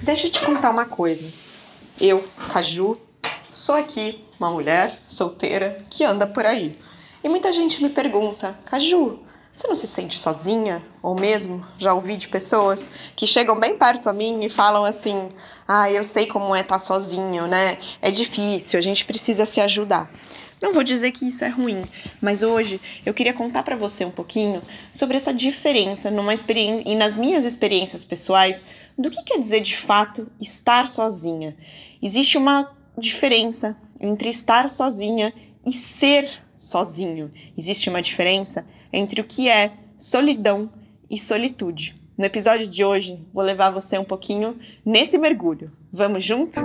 Deixa eu te contar uma coisa. Eu, Caju, sou aqui uma mulher solteira que anda por aí. E muita gente me pergunta, Caju, você não se sente sozinha? Ou mesmo, já ouvi de pessoas que chegam bem perto a mim e falam assim, eu sei como é estar sozinho, né? É difícil, a gente precisa se ajudar. Não vou dizer que isso é ruim, mas hoje eu queria contar para você um pouquinho sobre essa diferença e nas minhas experiências pessoais do que quer dizer de fato estar sozinha. Existe uma diferença entre estar sozinha e ser sozinho. Existe uma diferença entre o que é solidão e solitude. No episódio de hoje, vou levar você um pouquinho nesse mergulho. Vamos junto?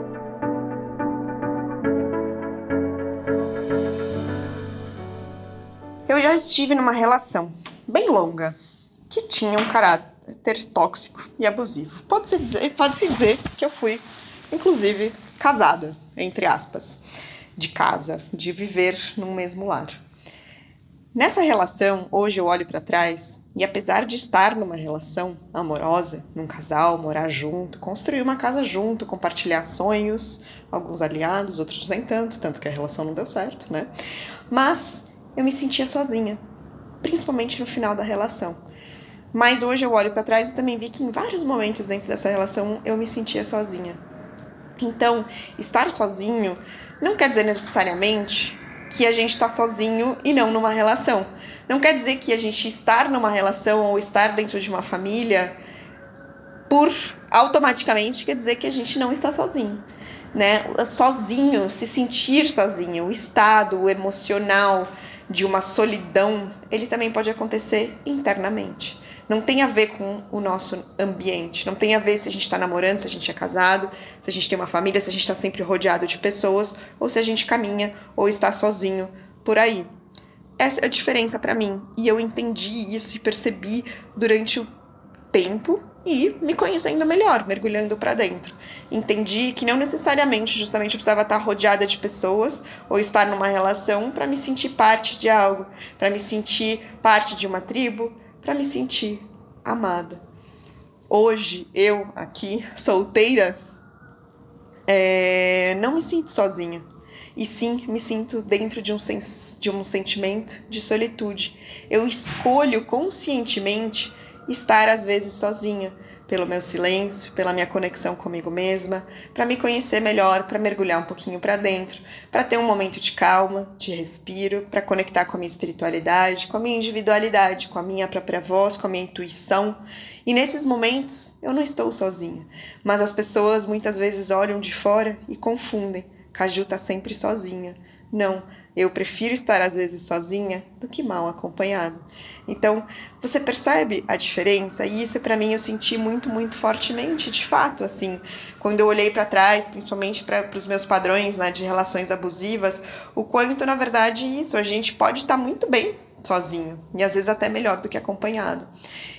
Eu já estive numa relação bem longa que tinha um caráter tóxico e abusivo. Pode-se dizer que eu fui, inclusive, casada, entre aspas, de casa, de viver num mesmo lar. Nessa relação, hoje eu olho para trás e apesar de estar numa relação amorosa, num casal, morar junto, construir uma casa junto, compartilhar sonhos, alguns aliados, outros nem tanto que a relação não deu certo, né? Mas eu me sentia sozinha, principalmente no final da relação. Mas hoje eu olho para trás e também vi que em vários momentos dentro dessa relação eu me sentia sozinha. Então, estar sozinho não quer dizer necessariamente que a gente está sozinho e não numa relação. Não quer dizer que a gente estar numa relação ou estar dentro de uma família automaticamente quer dizer que a gente não está sozinho. Né? Sozinho, se sentir sozinho, o estado emocional de uma solidão, ele também pode acontecer internamente. Não tem a ver com o nosso ambiente, não tem a ver se a gente está namorando, se a gente é casado, se a gente tem uma família, se a gente está sempre rodeado de pessoas, ou se a gente caminha ou está sozinho por aí. Essa é a diferença para mim, e eu entendi isso e percebi durante o tempo e me conhecendo melhor, mergulhando para dentro. Entendi que não necessariamente, justamente, eu precisava estar rodeada de pessoas ou estar numa relação para me sentir parte de algo, para me sentir parte de uma tribo, para me sentir amada. Hoje, eu aqui, solteira, não me sinto sozinha. E sim, me sinto dentro de um sentimento de solitude. Eu escolho conscientemente estar às vezes sozinha, pelo meu silêncio, pela minha conexão comigo mesma, para me conhecer melhor, para mergulhar um pouquinho para dentro, para ter um momento de calma, de respiro, para conectar com a minha espiritualidade, com a minha individualidade, com a minha própria voz, com a minha intuição. E nesses momentos eu não estou sozinha, mas as pessoas muitas vezes olham de fora e confundem. Caju tá sempre sozinha. Não, eu prefiro estar às vezes sozinha do que mal acompanhada. Então, você percebe a diferença? E isso para mim eu senti muito, muito fortemente, de fato, assim, quando eu olhei para trás, principalmente para os meus padrões, né, de relações abusivas, o quanto, na verdade, a gente pode estar muito bem sozinho, e às vezes até melhor do que acompanhado.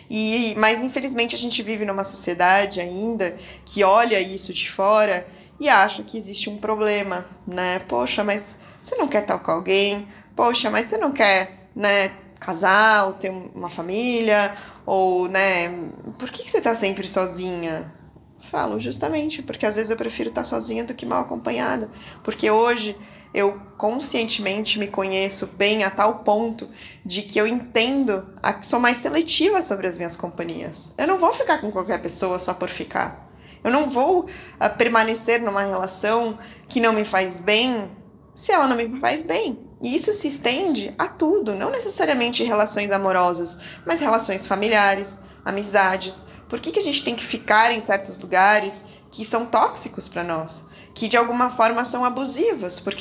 Mas, infelizmente, a gente vive numa sociedade ainda que olha isso de fora e acha que existe um problema, né? Poxa, mas você não quer estar com alguém? Poxa, mas você não quer, né, casar ou ter uma família? Ou, né, por que você tá sempre sozinha? Falo justamente porque às vezes eu prefiro estar sozinha do que mal acompanhada. Porque hoje eu conscientemente me conheço bem a tal ponto de que eu entendo que sou mais seletiva sobre as minhas companhias. Eu não vou ficar com qualquer pessoa só por ficar. Eu não vou permanecer numa relação que não me faz bem se ela não me faz bem. E isso se estende a tudo, não necessariamente relações amorosas, mas relações familiares, amizades. Por que a gente tem que ficar em certos lugares que são tóxicos para nós? Que de alguma forma são abusivas, porque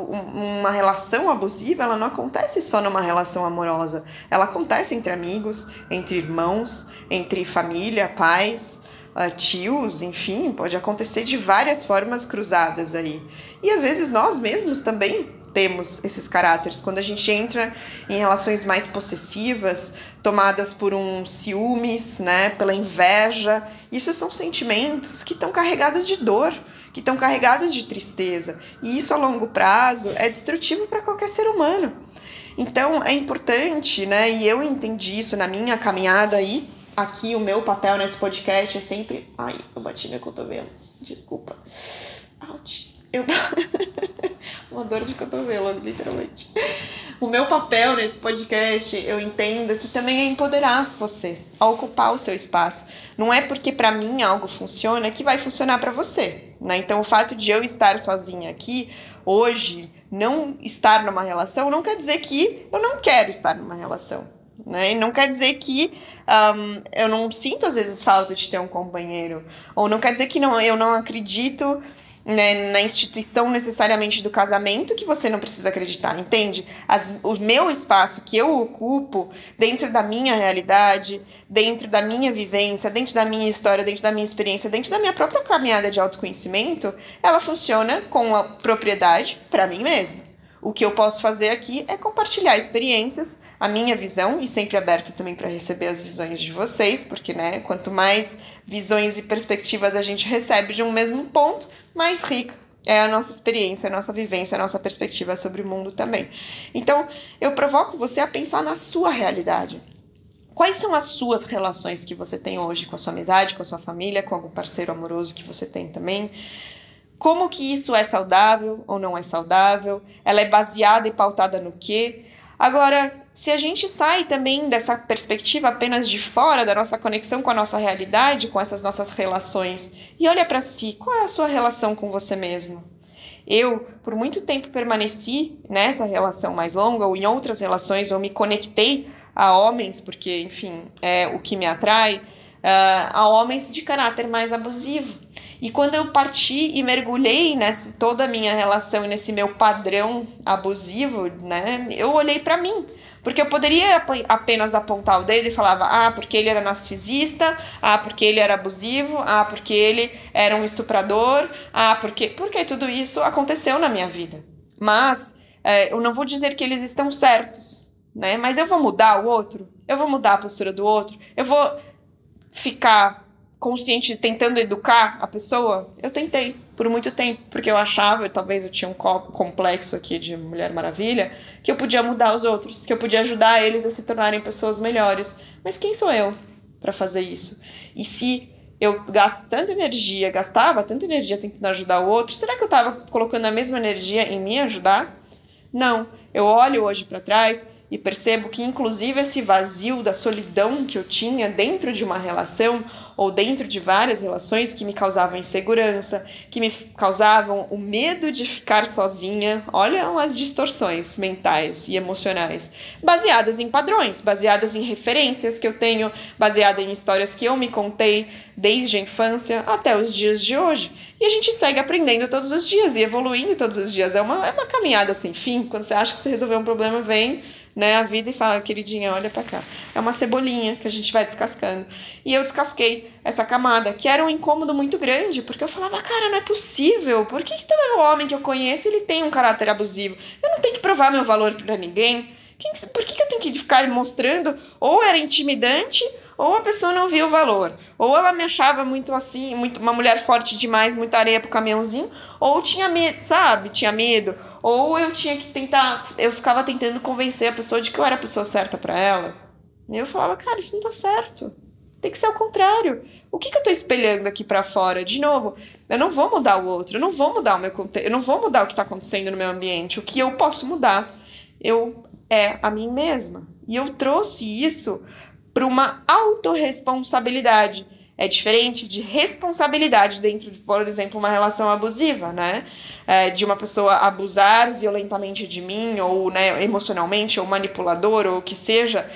uma relação abusiva ela não acontece só numa relação amorosa. Ela acontece entre amigos, entre irmãos, entre família, pais, tios, enfim, pode acontecer de várias formas cruzadas aí. E às vezes nós mesmos também temos esses caráteres. Quando a gente entra em relações mais possessivas, tomadas por um ciúmes, né, pela inveja, isso são sentimentos que estão carregados de dor, que estão carregados de tristeza. E isso a longo prazo é destrutivo para qualquer ser humano. Então é importante, né, e eu entendi isso na minha caminhada aí, aqui o meu papel nesse podcast é sempre... Ai, eu bati meu cotovelo. Desculpa. Ouch. Uma dor de cotovelo, literalmente. O meu papel nesse podcast, eu entendo que também é empoderar você, a ocupar o seu espaço. Não é porque pra mim algo funciona que vai funcionar pra você, né? Então, o fato de eu estar sozinha aqui, hoje, não estar numa relação, não quer dizer que eu não quero estar numa relação, né? E não quer dizer que eu não sinto, às vezes, falta de ter um companheiro. Ou não quer dizer que eu não acredito... Né, na instituição necessariamente do casamento, que você não precisa acreditar, entende? O meu espaço que eu ocupo dentro da minha realidade, dentro da minha vivência, dentro da minha história, dentro da minha experiência, dentro da minha própria caminhada de autoconhecimento, ela funciona com a propriedade para mim mesma. O que eu posso fazer aqui é compartilhar experiências, a minha visão, e sempre aberta também para receber as visões de vocês, porque, né, quanto mais visões e perspectivas a gente recebe de um mesmo ponto, mais rica é a nossa experiência, a nossa vivência, a nossa perspectiva sobre o mundo também. Então, eu provoco você a pensar na sua realidade. Quais são as suas relações que você tem hoje com a sua amizade, com a sua família, com algum parceiro amoroso que você tem também? Como que isso é saudável ou não é saudável? Ela é baseada e pautada no quê? Agora, se a gente sai também dessa perspectiva apenas de fora, da nossa conexão com a nossa realidade, com essas nossas relações, e olha para si, qual é a sua relação com você mesmo? Eu, por muito tempo, permaneci nessa relação mais longa, ou em outras relações, ou me conectei a homens, porque, enfim, é o que me atrai, a homens de caráter mais abusivo. E quando eu parti e mergulhei nessa toda a minha relação e nesse meu padrão abusivo, né, eu olhei para mim. Porque eu poderia apenas apontar o dedo e falava, porque ele era narcisista, porque ele era abusivo, porque ele era um estuprador, porque tudo isso aconteceu na minha vida. Mas eu não vou dizer que eles estão certos, né? Mas eu vou mudar o outro, eu vou mudar a postura do outro, eu vou ficar consciente, tentando educar a pessoa. Eu tentei por muito tempo, porque eu achava, talvez eu tinha um complexo aqui de Mulher Maravilha, que eu podia mudar os outros, que eu podia ajudar eles a se tornarem pessoas melhores. Mas quem sou eu para fazer isso? E se eu gastava tanta energia tentando ajudar o outro, será que eu estava colocando a mesma energia em me ajudar? Não. Eu olho hoje para trás e percebo que, inclusive, esse vazio da solidão que eu tinha dentro de uma relação ou dentro de várias relações que me causavam insegurança, que me causavam o medo de ficar sozinha. Olha as distorções mentais e emocionais, baseadas em padrões, baseadas em referências que eu tenho, baseadas em histórias que eu me contei desde a infância até os dias de hoje. E a gente segue aprendendo todos os dias e evoluindo todos os dias. É uma caminhada sem fim. Quando você acha que você resolveu um problema, vem, né, a vida e fala, queridinha, olha pra cá. É uma cebolinha que a gente vai descascando. E eu descasquei essa camada, que era um incômodo muito grande, porque eu falava, cara, não é possível. Por que todo homem que eu conheço, ele tem um caráter abusivo? Eu não tenho que provar meu valor pra ninguém. Por que eu tenho que ficar mostrando? Ou era intimidante, ou a pessoa não viu o valor. Ou ela me achava muito assim, uma mulher forte demais, muita areia pro caminhãozinho, ou tinha medo, sabe? Tinha medo. Ou eu tinha que eu ficava tentando convencer a pessoa de que eu era a pessoa certa pra ela. E eu falava, cara, isso não tá certo. Tem que ser o contrário. O que eu tô espelhando aqui pra fora? De novo, eu não vou mudar o outro, eu não vou mudar o meu contexto, eu não vou mudar o que tá acontecendo no meu ambiente. O que eu posso mudar é a mim mesma. E eu trouxe isso para uma autorresponsabilidade. É diferente de responsabilidade dentro de, por exemplo, uma relação abusiva, né? De uma pessoa abusar violentamente de mim, ou, né, emocionalmente, ou manipulador, ou o que seja.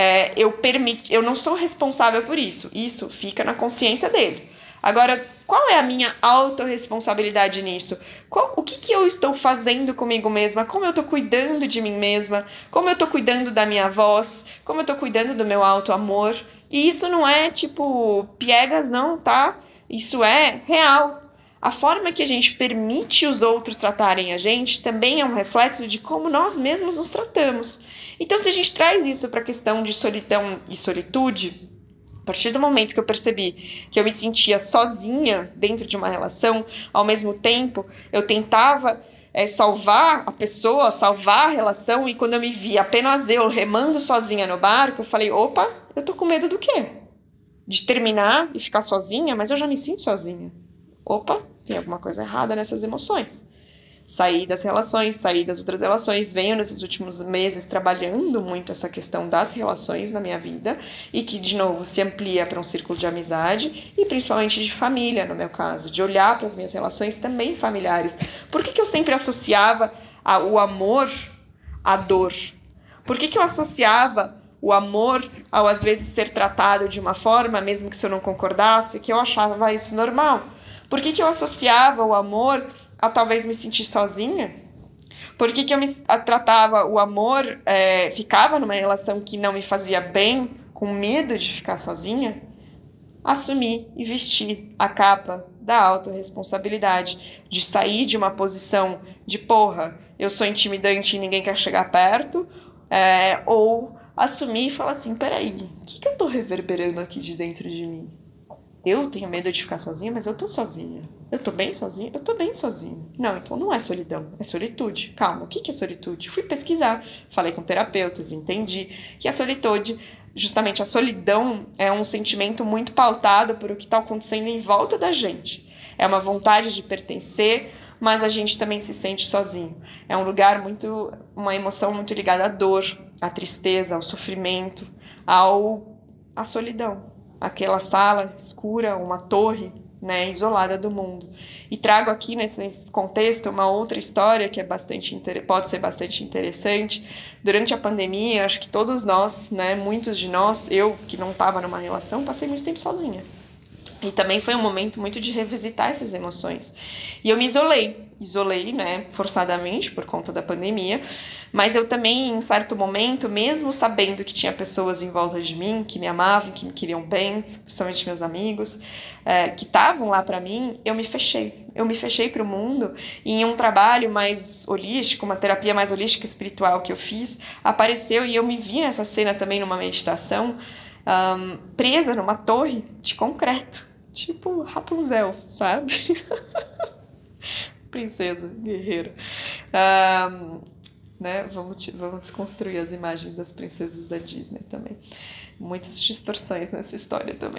Eu não sou responsável por isso. Isso fica na consciência dele. Agora, qual é a minha autorresponsabilidade nisso? O que eu estou fazendo comigo mesma? Como eu estou cuidando de mim mesma? Como eu estou cuidando da minha voz? Como eu estou cuidando do meu auto-amor? E isso não é, tipo, piegas não, tá? Isso é real. A forma que a gente permite os outros tratarem a gente também é um reflexo de como nós mesmos nos tratamos. Então, se a gente traz isso para a questão de solidão e solitude, a partir do momento que eu percebi que eu me sentia sozinha dentro de uma relação, ao mesmo tempo eu tentava salvar a pessoa, salvar a relação, e quando eu me vi apenas eu remando sozinha no barco, eu falei, opa, eu tô com medo do quê? de terminar e ficar sozinha, mas eu já me sinto sozinha. Opa, tem alguma coisa errada nessas emoções. Saí das relações, saí das outras relações, venho nesses últimos meses trabalhando muito essa questão das relações na minha vida e que, de novo, se amplia para um círculo de amizade e principalmente de família, no meu caso, de olhar para as minhas relações também familiares. Por que eu sempre associava o amor à dor? Por que eu associava o amor ao, às vezes, ser tratado de uma forma, mesmo que se eu não concordasse, que eu achava isso normal? Por que eu associava o amor a talvez me sentir sozinha? Por que eu tratava o amor, ficava numa relação que não me fazia bem, com medo de ficar sozinha? Assumir e vestir a capa da autorresponsabilidade, de sair de uma posição de porra, eu sou intimidante e ninguém quer chegar perto, ou assumir e falar assim, peraí, o que eu tô reverberando aqui de dentro de mim? Eu tenho medo de ficar sozinha, mas eu tô sozinha. Eu tô bem sozinha? Eu tô bem sozinha. Não, então não é solidão, é solitude. Calma, o que é solitude? Fui pesquisar, falei com terapeutas, entendi que a solitude, justamente a solidão, é um sentimento muito pautado por o que está acontecendo em volta da gente. É uma vontade de pertencer, mas a gente também se sente sozinho. É um lugar uma emoção muito ligada à dor, à tristeza, ao sofrimento, à solidão. Aquela sala escura, uma torre, né, isolada do mundo. E trago aqui nesse contexto uma outra história que pode ser bastante interessante. Durante a pandemia, acho que todos nós, né, muitos de nós, eu que não estava numa relação, passei muito tempo sozinha. E também foi um momento muito de revisitar essas emoções. E eu me isolei, né, forçadamente por conta da pandemia, mas eu também, em certo momento, mesmo sabendo que tinha pessoas em volta de mim, que me amavam, que me queriam bem, principalmente meus amigos, que estavam lá para mim, eu me fechei. Eu me fechei para o mundo e em um trabalho mais holístico, uma terapia mais holística espiritual que eu fiz, apareceu e eu me vi nessa cena também numa meditação, presa numa torre de concreto, tipo Rapunzel, sabe? Princesa, guerreira. Né? Vamos desconstruir as imagens das princesas da Disney também. Muitas distorções nessa história também.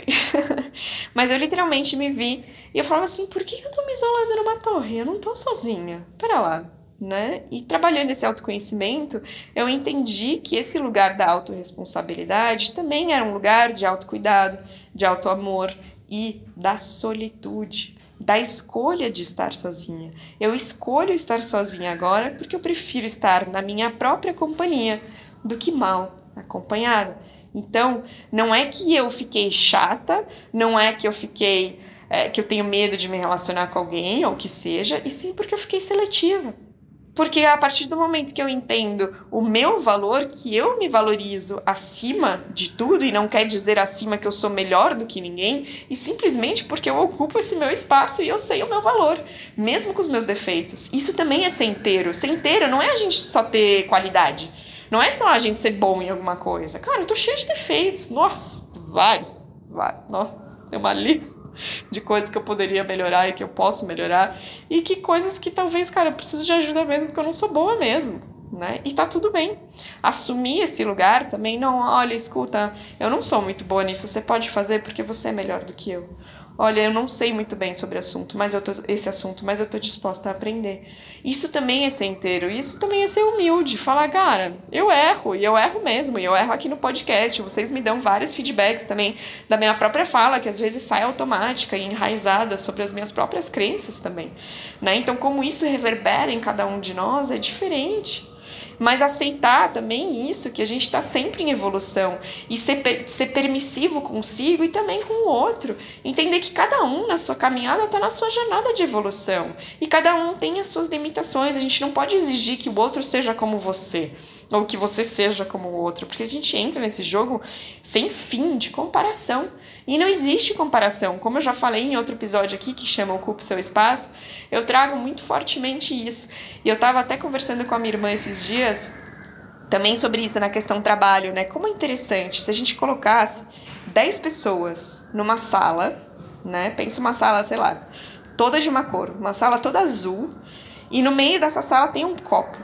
Mas eu literalmente me vi e eu falava assim, por que eu tô me isolando numa torre? Eu não tô sozinha. Pera lá. Né? E trabalhando esse autoconhecimento, eu entendi que esse lugar da autorresponsabilidade também era um lugar de autocuidado, de autoamor e da solitude, da escolha de estar sozinha. Eu escolho estar sozinha agora porque eu prefiro estar na minha própria companhia do que mal acompanhada. Então, não é que eu fiquei chata, não é que eu fiquei que eu tenho medo de me relacionar com alguém ou que seja, e sim porque eu fiquei seletiva. Porque a partir do momento que eu entendo o meu valor, que eu me valorizo acima de tudo, e não quer dizer acima que eu sou melhor do que ninguém, e simplesmente porque eu ocupo esse meu espaço e eu sei o meu valor, mesmo com os meus defeitos. Isso também é ser inteiro. Ser inteiro não é a gente só ter qualidade. Não é só a gente ser bom em alguma coisa. Cara, eu tô cheia de defeitos. Nossa, vários. Nossa, tem uma lista de coisas que eu poderia melhorar e que eu posso melhorar, e que coisas que talvez, cara, eu preciso de ajuda mesmo, porque eu não sou boa mesmo, né? E tá tudo bem. Assumir esse lugar também, não, olha, escuta, eu não sou muito boa nisso, você pode fazer porque você é melhor do que eu. Olha, eu não sei muito bem sobre esse assunto, mas eu tô disposta a aprender. Isso também é ser inteiro, isso também é ser humilde. Falar, cara, eu erro, e eu erro mesmo, e eu erro aqui no podcast. Vocês me dão vários feedbacks também da minha própria fala, que às vezes sai automática e enraizada sobre as minhas próprias crenças também, né? Então, como isso reverbera em cada um de nós é diferente. Mas aceitar também isso, que a gente está sempre em evolução, e ser permissivo consigo e também com o outro. Entender que cada um na sua caminhada está na sua jornada de evolução. E cada um tem as suas limitações. A gente não pode exigir que o outro seja como você, ou que você seja como o outro, porque a gente entra nesse jogo sem fim de comparação. E não existe comparação. Como eu já falei em outro episódio aqui, que chama Ocupe Seu Espaço, eu trago muito fortemente isso. E eu estava até conversando com a minha irmã esses dias, também sobre isso, na questão trabalho, né? Como é interessante, se a gente colocasse 10 pessoas numa sala, né? Pensa uma sala, sei lá, toda de uma cor, uma sala toda azul, e no meio dessa sala tem um copo.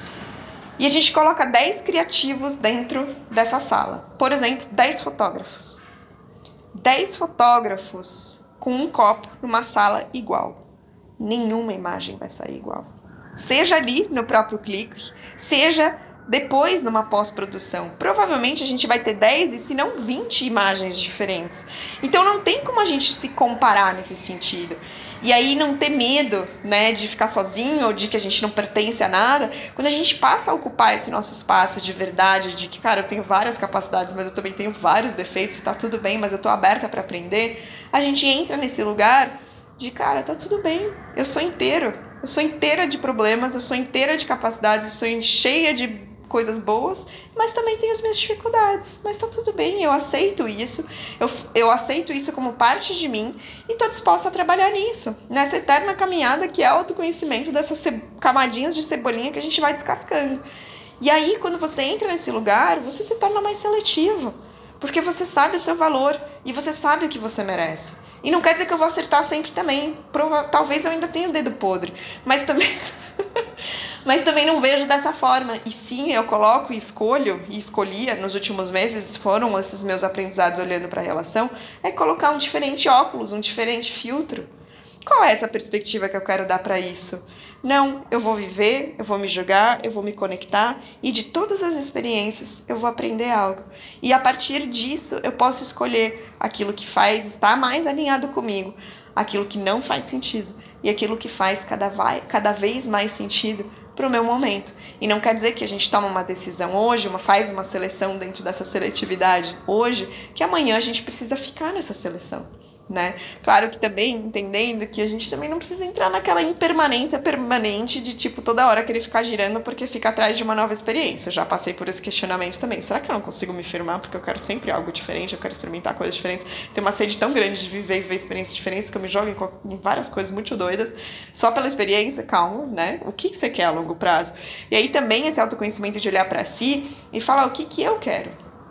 E a gente coloca 10 criativos dentro dessa sala. Por exemplo, 10 fotógrafos. 10 fotógrafos com um copo numa sala igual. Nenhuma imagem vai sair igual. Seja ali no próprio clique, seja depois numa pós-produção. Provavelmente a gente vai ter 10 e se não 20 imagens diferentes. Então não tem como a gente se comparar nesse sentido. E aí não ter medo, né, de ficar sozinho ou de que a gente não pertence a nada. Quando a gente passa a ocupar esse nosso espaço de verdade, de que, cara, eu tenho várias capacidades, mas eu também tenho vários defeitos, tá tudo bem, mas eu tô aberta para aprender. A gente entra nesse lugar de, cara, tá tudo bem, eu sou inteiro. Eu sou inteira de problemas, eu sou inteira de capacidades, eu sou cheia de coisas boas, mas também tenho as minhas dificuldades. Mas tá tudo bem, eu aceito isso. Eu aceito isso como parte de mim e tô disposta a trabalhar nisso. Nessa eterna caminhada que é o autoconhecimento dessas camadinhas de cebolinha que a gente vai descascando. E aí, quando você entra nesse lugar, você se torna mais seletivo. Porque você sabe o seu valor e você sabe o que você merece. E não quer dizer que eu vou acertar sempre também. Talvez eu ainda tenha o dedo podre. Mas também... mas também não vejo dessa forma. E sim, eu coloco e escolho, e escolhia nos últimos meses, foram esses meus aprendizados olhando para a relação, é colocar um diferente óculos, um diferente filtro. Qual é essa perspectiva que eu quero dar para isso? Não, eu vou viver, eu vou me jogar, eu vou me conectar e de todas as experiências eu vou aprender algo. E a partir disso eu posso escolher aquilo que faz estar mais alinhado comigo, aquilo que não faz sentido e aquilo que faz cada vez mais sentido para o meu momento. E não quer dizer que a gente toma uma decisão hoje, faz uma seleção dentro dessa seletividade hoje, que amanhã a gente precisa ficar nessa seleção. Né? Claro que também entendendo que a gente também não precisa entrar naquela impermanência permanente de tipo toda hora querer ficar girando porque fica atrás de uma nova experiência. Eu já passei por esse questionamento também. Será que eu não consigo me firmar porque eu quero sempre algo diferente, eu quero experimentar coisas diferentes? Tenho uma sede tão grande de viver experiências diferentes que eu me jogo em várias coisas muito doidas só pela experiência. Calma, né? O que você quer a longo prazo? E aí também esse autoconhecimento de olhar para si e falar o que eu quero.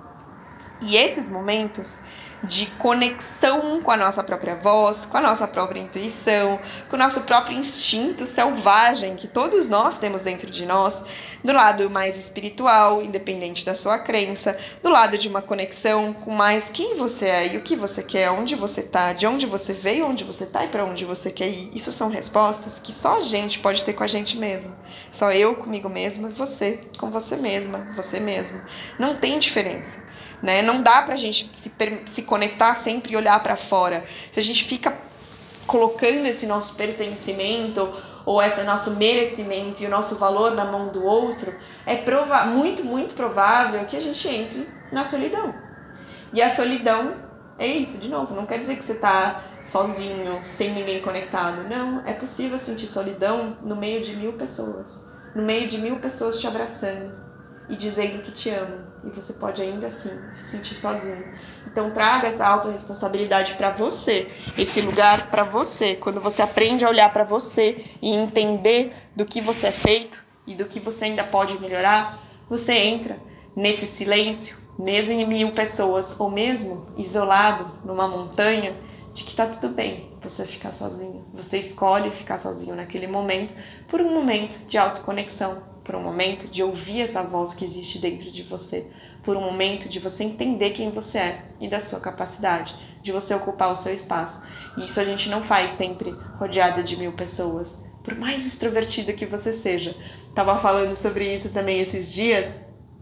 E esses momentos de conexão com a nossa própria voz, com a nossa própria intuição, com o nosso próprio instinto selvagem que todos nós temos dentro de nós, do lado mais espiritual, independente da sua crença, do lado de uma conexão com mais quem você é e o que você quer, onde você tá, de onde você veio, onde você tá e para onde você quer ir. Isso são respostas que só a gente pode ter com a gente mesmo. Só eu comigo mesma e você com você mesma, você mesmo. Não tem diferença. Né? Não dá pra gente se conectar sempre e olhar pra fora. Se a gente fica colocando esse nosso pertencimento ou esse nosso merecimento e o nosso valor na mão do outro, é muito, muito provável que a gente entre na solidão. E a solidão é isso, de novo, não quer dizer que você tá sozinho, sem ninguém conectado. Não, é possível sentir solidão no meio de 1000 pessoas. No meio de 1000 pessoas te abraçando e dizendo que te amam. E você pode ainda assim se sentir sozinho. Então traga essa autorresponsabilidade para você, esse lugar para você. Quando você aprende a olhar para você e entender do que você é feito e do que você ainda pode melhorar, você entra nesse silêncio, mesmo em 1000 pessoas, ou mesmo isolado numa montanha, de que tá tudo bem você ficar sozinho. Você escolhe ficar sozinho naquele momento, por um momento de autoconexão, por um momento de ouvir essa voz que existe dentro de você, por um momento de você entender quem você é e da sua capacidade, de você ocupar o seu espaço. E isso a gente não faz sempre rodeada de 1000 pessoas, por mais extrovertida que você seja. Tava falando sobre isso também esses dias,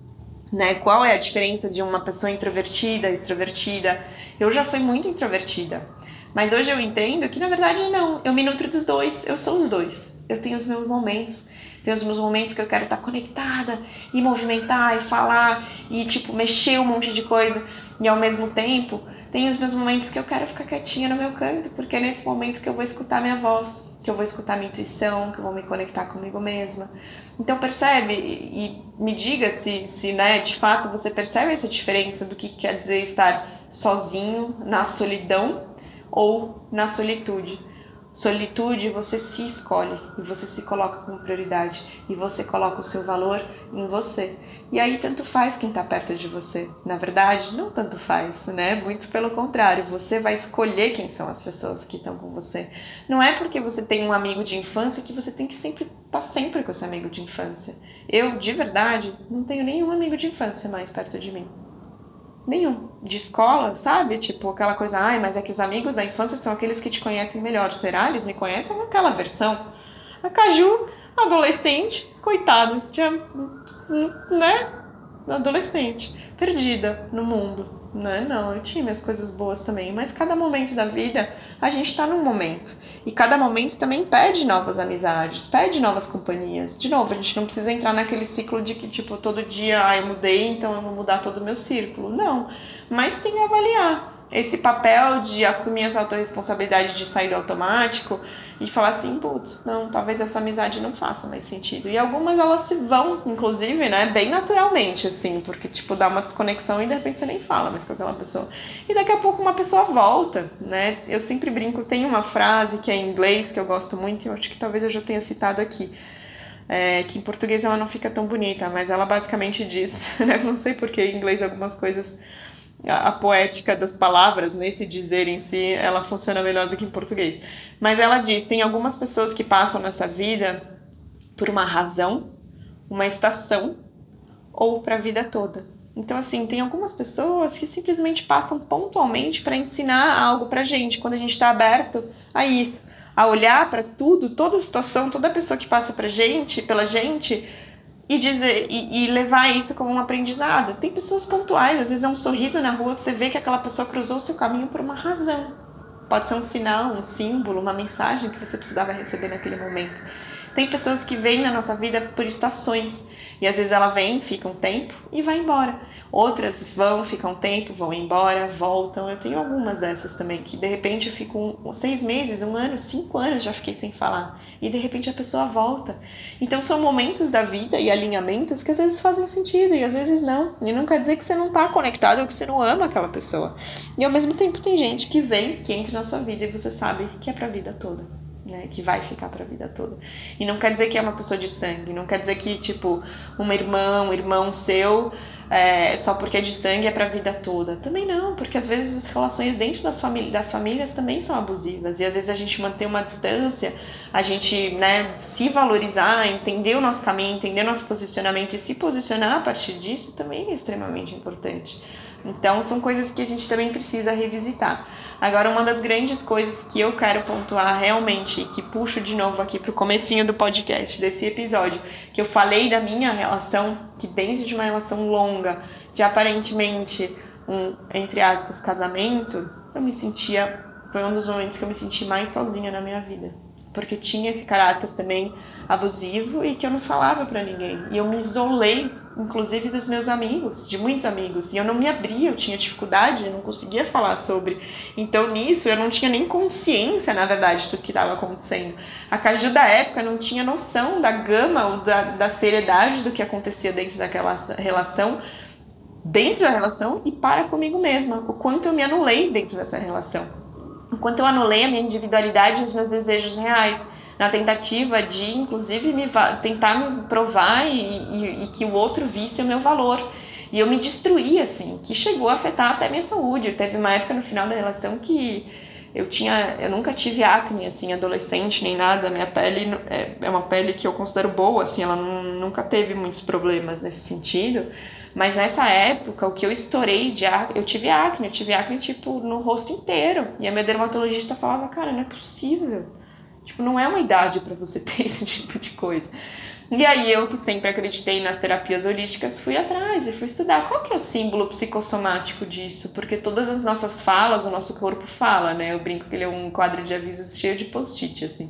né? Qual é a diferença de uma pessoa introvertida, extrovertida? Eu já fui muito introvertida, mas hoje eu entendo que na verdade não, eu me nutro dos dois, eu sou os dois. Eu tenho os meus momentos. Tem os meus momentos que eu quero estar conectada e movimentar e falar e tipo mexer um monte de coisa. E ao mesmo tempo tem os meus momentos que eu quero ficar quietinha no meu canto, porque é nesse momento que eu vou escutar minha voz, que eu vou escutar minha intuição, que eu vou me conectar comigo mesma. Então percebe e me diga se né, de fato você percebe essa diferença do que quer dizer estar sozinho na solidão ou na solitude. Solitude, você se escolhe e você se coloca como prioridade e você coloca o seu valor em você. E aí tanto faz quem está perto de você. Na verdade, não tanto faz, né? Muito pelo contrário, você vai escolher quem são as pessoas que estão com você. Não é porque você tem um amigo de infância que você tem que sempre estar sempre com esse amigo de infância. Eu, de verdade, não tenho nenhum amigo de infância mais perto de mim. Nenhum. De escola, sabe? Tipo, aquela coisa, ai, mas é que os amigos da infância são aqueles que te conhecem melhor. Será? Eles me conhecem naquela versão. A Caju, adolescente, coitado, tinha, né? Adolescente, perdida no mundo. Não, eu tinha minhas coisas boas também. Mas cada momento da vida, a gente tá num momento. E cada momento também pede novas amizades, pede novas companhias. De novo, a gente não precisa entrar naquele ciclo de que, tipo, todo dia, eu mudei, então eu vou mudar todo o meu círculo. Não, mas sim avaliar esse papel de assumir essa autorresponsabilidade de sair do automático e falar assim, putz, não, talvez essa amizade não faça mais sentido. E algumas elas se vão, inclusive, né, bem naturalmente, assim, porque, tipo, dá uma desconexão e de repente você nem fala mais com aquela pessoa. E daqui a pouco uma pessoa volta, né? Eu sempre brinco, tem uma frase que é em inglês que eu gosto muito e eu acho que talvez eu já tenha citado aqui. Que em português ela não fica tão bonita, mas ela basicamente diz, né, não sei porque em inglês algumas coisas... A poética das palavras, nesse dizer em si, ela funciona melhor do que em português. Mas ela diz, tem algumas pessoas que passam nessa vida por uma razão, uma estação ou para a vida toda. Então, assim, tem algumas pessoas que simplesmente passam pontualmente para ensinar algo pra gente, quando a gente está aberto a isso, a olhar para tudo, toda situação, toda pessoa que passa pela gente, e dizer e levar isso como um aprendizado. Tem pessoas pontuais, às vezes é um sorriso na rua que você vê que aquela pessoa cruzou o seu caminho por uma razão. Pode ser um sinal, um símbolo, uma mensagem que você precisava receber naquele momento. Tem pessoas que vêm na nossa vida por estações e às vezes ela vem, fica um tempo e vai embora. Outras vão, ficam um tempo, vão embora, voltam. Eu tenho algumas dessas também, que de repente eu fico 6 meses, 1 ano, 5 anos já fiquei sem falar. E de repente a pessoa volta. Então são momentos da vida e alinhamentos que às vezes fazem sentido e às vezes não. E não quer dizer que você não tá conectado ou que você não ama aquela pessoa. E ao mesmo tempo tem gente que vem, que entra na sua vida e você sabe que é pra vida toda. Né, que vai ficar pra vida toda. E não quer dizer que é uma pessoa de sangue. Não quer dizer que, tipo, um irmão seu... só porque é de sangue é pra vida toda. Também não, porque às vezes as relações dentro das famílias também são abusivas. E às vezes a gente manter uma distância, a gente, né, se valorizar, entender o nosso caminho, entender o nosso posicionamento e se posicionar a partir disso também é extremamente importante. Então são coisas que a gente também precisa revisitar. Agora, uma das grandes coisas que eu quero pontuar realmente, e que puxo de novo aqui pro comecinho do podcast, desse episódio, que eu falei da minha relação, que dentro de uma relação longa, de aparentemente entre aspas, casamento, foi um dos momentos que eu me senti mais sozinha na minha vida. Porque tinha esse caráter também abusivo e que eu não falava pra ninguém. E eu me isolei, inclusive dos meus amigos, de muitos amigos. E eu não me abria, eu tinha dificuldade, eu não conseguia falar sobre. Então nisso eu não tinha nem consciência, na verdade, do que estava acontecendo. A Caju da época não tinha noção da gama ou da seriedade do que acontecia dentro daquela relação, dentro da relação e para comigo mesma. O quanto eu me anulei dentro dessa relação. Enquanto eu anulei a minha individualidade e os meus desejos reais, na tentativa de, inclusive, tentar me provar e que o outro visse o meu valor. E eu me destruí, assim, que chegou a afetar até a minha saúde. Teve uma época no final da relação que eu nunca tive acne, assim, adolescente, nem nada. Minha pele é uma pele que eu considero boa, assim, ela nunca teve muitos problemas nesse sentido. Mas nessa época, o que eu estourei de acne, eu tive acne, tipo, no rosto inteiro. E a minha dermatologista falava, cara, não é possível. Tipo, não é uma idade pra você ter esse tipo de coisa. E aí eu, que sempre acreditei nas terapias holísticas, fui atrás e fui estudar qual que é o símbolo psicossomático disso. Porque todas as nossas falas, o nosso corpo fala, né? Eu brinco que ele é um quadro de avisos cheio de post-it, assim.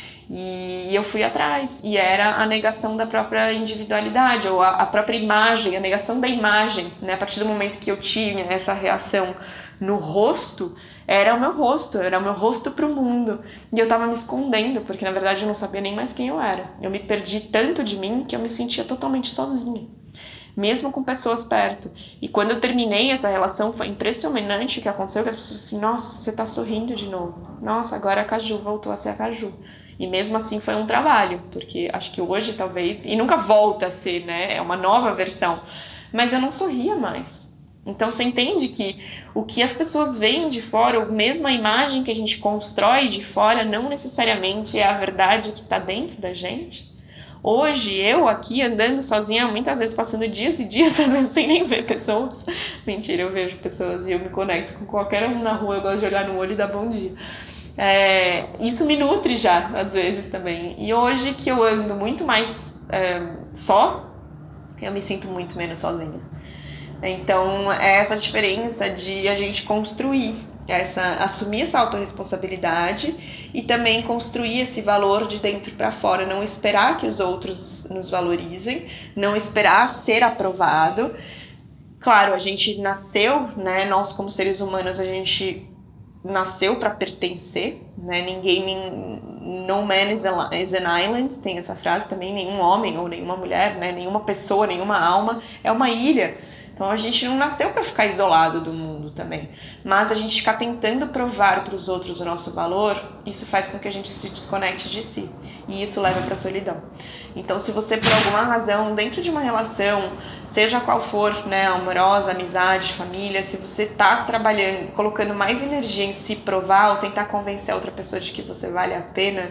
E eu fui atrás, e era a negação da própria individualidade, ou a própria imagem, a negação da imagem, né? A partir do momento que eu tinha essa reação no rosto, era o meu rosto pro mundo. E eu tava me escondendo, porque na verdade eu não sabia nem mais quem eu era. Eu me perdi tanto de mim que eu me sentia totalmente sozinha, mesmo com pessoas perto. E quando eu terminei essa relação, foi impressionante o que aconteceu, que as pessoas assim, nossa, você tá sorrindo de novo. Nossa, agora a Caju voltou a ser a Caju. E mesmo assim foi um trabalho, porque acho que hoje talvez, e nunca volta a ser, né? É uma nova versão. Mas eu não sorria mais. Então você entende que o que as pessoas veem de fora, ou mesmo a imagem que a gente constrói de fora, não necessariamente é a verdade que está dentro da gente? Hoje, eu aqui andando sozinha, muitas vezes passando dias e dias, às vezes sem nem ver pessoas. Mentira, eu vejo pessoas e eu me conecto com qualquer um na rua, eu gosto de olhar no olho e dar bom dia. Isso me nutre já, às vezes também. E hoje que eu ando muito mais só, eu me sinto muito menos sozinha. Então, é essa diferença de a gente construir, assumir essa autorresponsabilidade e também construir esse valor de dentro para fora, não esperar que os outros nos valorizem, não esperar ser aprovado. Claro, a gente nasceu, né? Nós como seres humanos, a gente nasceu para pertencer, né? No man is an island, tem essa frase também, nenhum homem ou nenhuma mulher, né? Nenhuma pessoa, nenhuma alma é uma ilha. Então a gente não nasceu para ficar isolado do mundo também, mas a gente ficar tentando provar para os outros o nosso valor, isso faz com que a gente se desconecte de si, e isso leva para a solidão. Então, se você por alguma razão, dentro de uma relação, seja qual for, né, amorosa, amizade, família, se você está trabalhando, colocando mais energia em se provar ou tentar convencer a outra pessoa de que você vale a pena,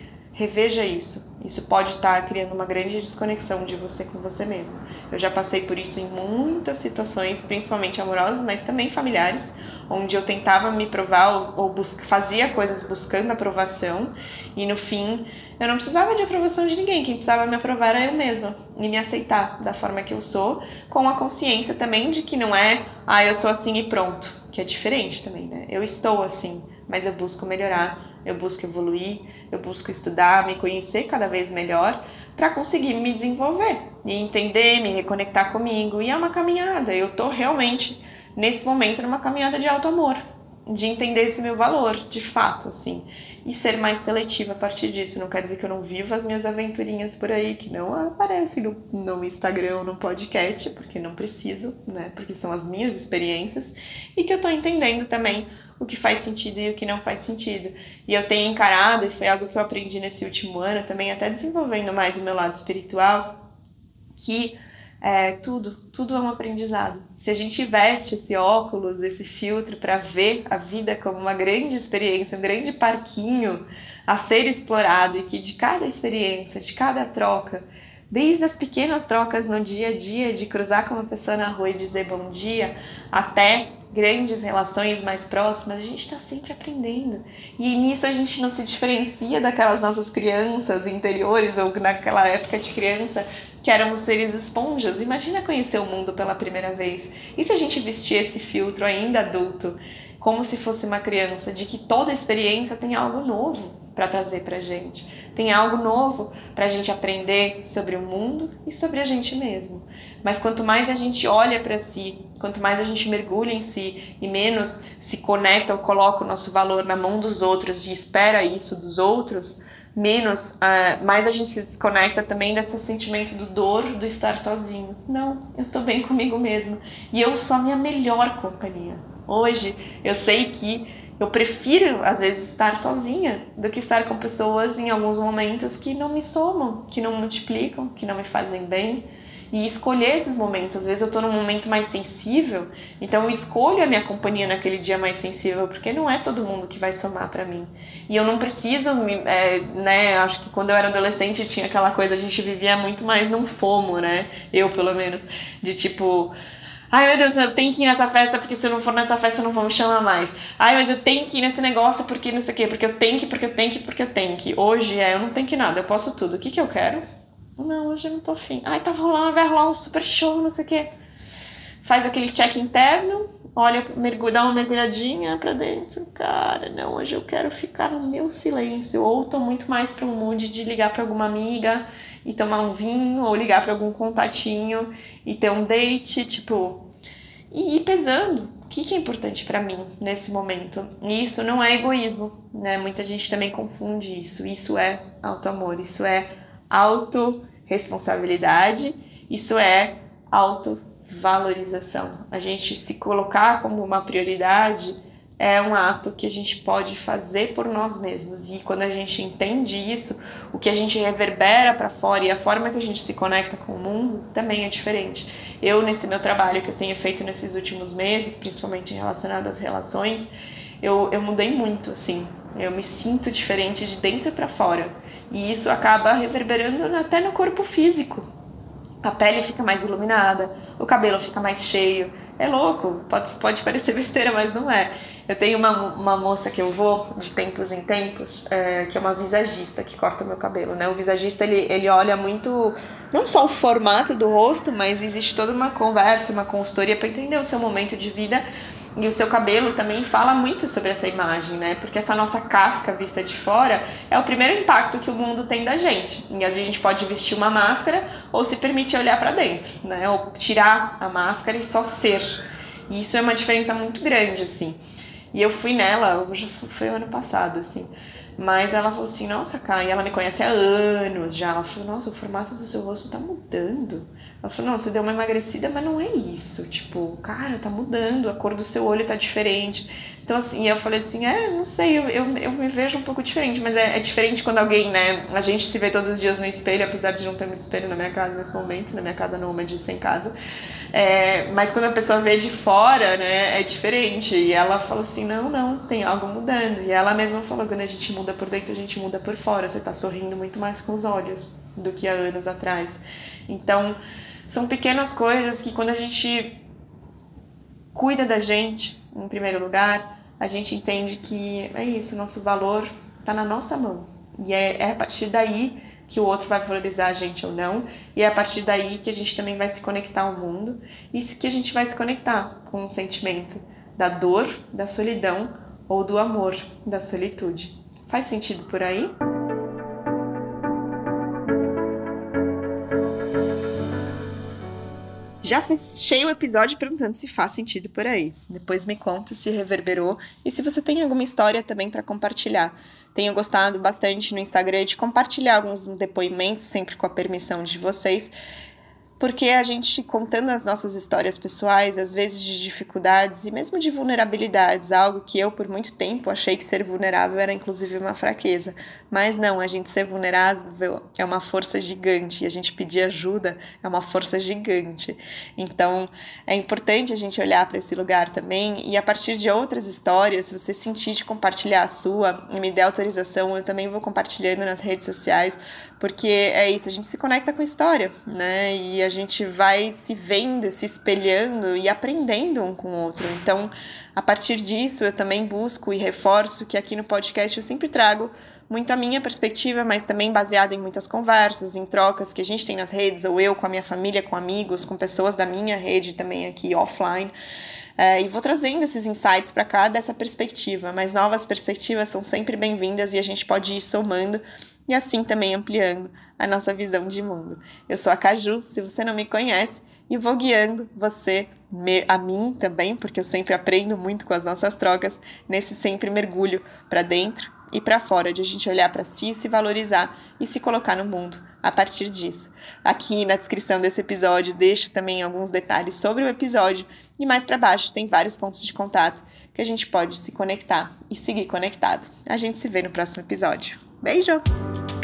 reveja isso. Isso pode estar criando uma grande desconexão de você com você mesmo. Eu já passei por isso em muitas situações, principalmente amorosas, mas também familiares, onde eu tentava me provar ou fazia coisas buscando aprovação e no fim eu não precisava de aprovação de ninguém, quem precisava me aprovar era eu mesma e me aceitar da forma que eu sou, com a consciência também de que não é eu sou assim e pronto, que é diferente também, né? Eu estou assim, mas eu busco melhorar, eu busco evoluir, eu busco estudar, me conhecer cada vez melhor para conseguir me desenvolver e entender, me reconectar comigo. E é uma caminhada, eu tô realmente nesse momento numa caminhada de auto-amor, de entender esse meu valor, de fato, assim, e ser mais seletiva a partir disso. Não quer dizer que eu não vivo as minhas aventurinhas por aí, que não aparecem no Instagram ou no podcast, porque não preciso, né, porque são as minhas experiências, e que eu tô entendendo também o que faz sentido e o que não faz sentido. E eu tenho encarado, e foi algo que eu aprendi nesse último ano também, até desenvolvendo mais o meu lado espiritual, que tudo é um aprendizado. Se a gente veste esse óculos, esse filtro para ver a vida como uma grande experiência, um grande parquinho a ser explorado, e que de cada experiência, de cada troca, desde as pequenas trocas no dia a dia, de cruzar com uma pessoa na rua e dizer bom dia, até grandes relações mais próximas, a gente está sempre aprendendo. E nisso a gente não se diferencia daquelas nossas crianças interiores, ou naquela época de criança, que éramos seres esponjas. Imagina conhecer o mundo pela primeira vez. E se a gente vestir esse filtro ainda adulto, como se fosse uma criança, de que toda experiência tem algo novo para trazer pra gente. Tem algo novo pra gente aprender sobre o mundo e sobre a gente mesmo. Mas quanto mais a gente olha para si, quanto mais a gente mergulha em si e menos se conecta ou coloca o nosso valor na mão dos outros e espera isso dos outros, mais a gente se desconecta também desse sentimento do dor do estar sozinho. Não, eu tô bem comigo mesmo e eu sou a minha melhor companhia. Hoje eu sei que eu prefiro às vezes estar sozinha do que estar com pessoas em alguns momentos que não me somam, que não multiplicam, que não me fazem bem. E escolher esses momentos. Às vezes eu tô num momento mais sensível, então eu escolho a minha companhia naquele dia mais sensível, porque não é todo mundo que vai somar pra mim. E eu não preciso, né, acho que quando eu era adolescente tinha aquela coisa, a gente vivia muito mais num FOMO, né, eu pelo menos, de tipo, ai meu Deus, eu tenho que ir nessa festa, porque se eu não for nessa festa não vão me chamar mais. Ai, mas eu tenho que ir nesse negócio porque não sei o quê, porque eu tenho que. Hoje eu não tenho que nada, eu posso tudo. O que eu quero? Não, hoje eu não tô afim. Ai, vai rolar um super show, não sei o quê. Faz aquele check interno, olha, dá uma mergulhadinha pra dentro. Cara, não, hoje eu quero ficar no meu silêncio. Ou tô muito mais pra um mood de ligar pra alguma amiga e tomar um vinho, ou ligar pra algum contatinho e ter um date, tipo... E ir pesando. O que é importante pra mim nesse momento? E isso não é egoísmo, né? Muita gente também confunde isso. Isso é auto-amor, isso é autorresponsabilidade, isso é autovalorização. A gente se colocar como uma prioridade é um ato que a gente pode fazer por nós mesmos. E quando a gente entende isso, o que a gente reverbera para fora e a forma que a gente se conecta com o mundo também é diferente. Eu, nesse meu trabalho que eu tenho feito nesses últimos meses, principalmente relacionado às relações, eu mudei muito, assim. Eu me sinto diferente de dentro para fora. E isso acaba reverberando até no corpo físico. A pele fica mais iluminada, o cabelo fica mais cheio. É louco, pode parecer besteira, mas não é. Eu tenho uma moça que eu vou de tempos em tempos, que é uma visagista que corta o meu cabelo, né? O visagista, ele olha muito, não só o formato do rosto, mas existe toda uma conversa, uma consultoria para entender o seu momento de vida. E o seu cabelo também fala muito sobre essa imagem, né? Porque essa nossa casca vista de fora é o primeiro impacto que o mundo tem da gente. E às vezes a gente pode vestir uma máscara ou se permitir olhar para dentro, né? Ou tirar a máscara e só ser. E isso é uma diferença muito grande, assim. E eu fui nela, foi o ano passado, assim. Mas ela falou assim, nossa, Kai, ela me conhece há anos já. Ela falou, nossa, o formato do seu rosto tá mudando. Ela falou, não, você deu uma emagrecida, mas não é isso. Tipo, cara, tá mudando, a cor do seu olho tá diferente. Então, assim, eu falei assim, não sei, eu me vejo um pouco diferente. Mas é diferente quando alguém, né, a gente se vê todos os dias no espelho, apesar de não ter muito espelho na minha casa nesse momento, na minha casa nômade, sem casa. Mas quando a pessoa vê de fora, né, é diferente. E ela falou assim, não, tem algo mudando. E ela mesma falou, quando a gente muda por dentro, a gente muda por fora. Você tá sorrindo muito mais com os olhos do que há anos atrás. Então, são pequenas coisas que quando a gente cuida da gente, em primeiro lugar, a gente entende que é isso, nosso valor tá na nossa mão. E é a partir daí que o outro vai valorizar a gente ou não, e é a partir daí que a gente também vai se conectar ao mundo, e que a gente vai se conectar com o sentimento da dor, da solidão, ou do amor, da solitude. Faz sentido por aí? Já fechei o episódio perguntando se faz sentido por aí. Depois me conta se reverberou e se você tem alguma história também para compartilhar. Tenho gostado bastante no Instagram de compartilhar alguns depoimentos, sempre com a permissão de vocês, porque a gente contando as nossas histórias pessoais, às vezes de dificuldades e mesmo de vulnerabilidades, algo que eu por muito tempo achei que ser vulnerável era inclusive uma fraqueza, mas não, a gente ser vulnerável é uma força gigante e a gente pedir ajuda é uma força gigante. Então é importante a gente olhar para esse lugar também e a partir de outras histórias, se você sentir de compartilhar a sua e me der autorização, eu também vou compartilhando nas redes sociais, porque é isso, a gente se conecta com a história, né? E a gente vai se vendo, se espelhando e aprendendo um com o outro. Então, a partir disso, eu também busco e reforço que aqui no podcast eu sempre trago muito a minha perspectiva, mas também baseada em muitas conversas, em trocas que a gente tem nas redes, ou eu com a minha família, com amigos, com pessoas da minha rede também aqui offline. E vou trazendo esses insights para cá dessa perspectiva, mas novas perspectivas são sempre bem-vindas e a gente pode ir somando e assim também ampliando a nossa visão de mundo. Eu sou a Caju, se você não me conhece, e vou guiando você, a mim também, porque eu sempre aprendo muito com as nossas trocas, nesse sempre mergulho para dentro e para fora, de a gente olhar para si, se valorizar e se colocar no mundo a partir disso. Aqui na descrição desse episódio deixo também alguns detalhes sobre o episódio e mais para baixo tem vários pontos de contato que a gente pode se conectar e seguir conectado. A gente se vê no próximo episódio. Beijo!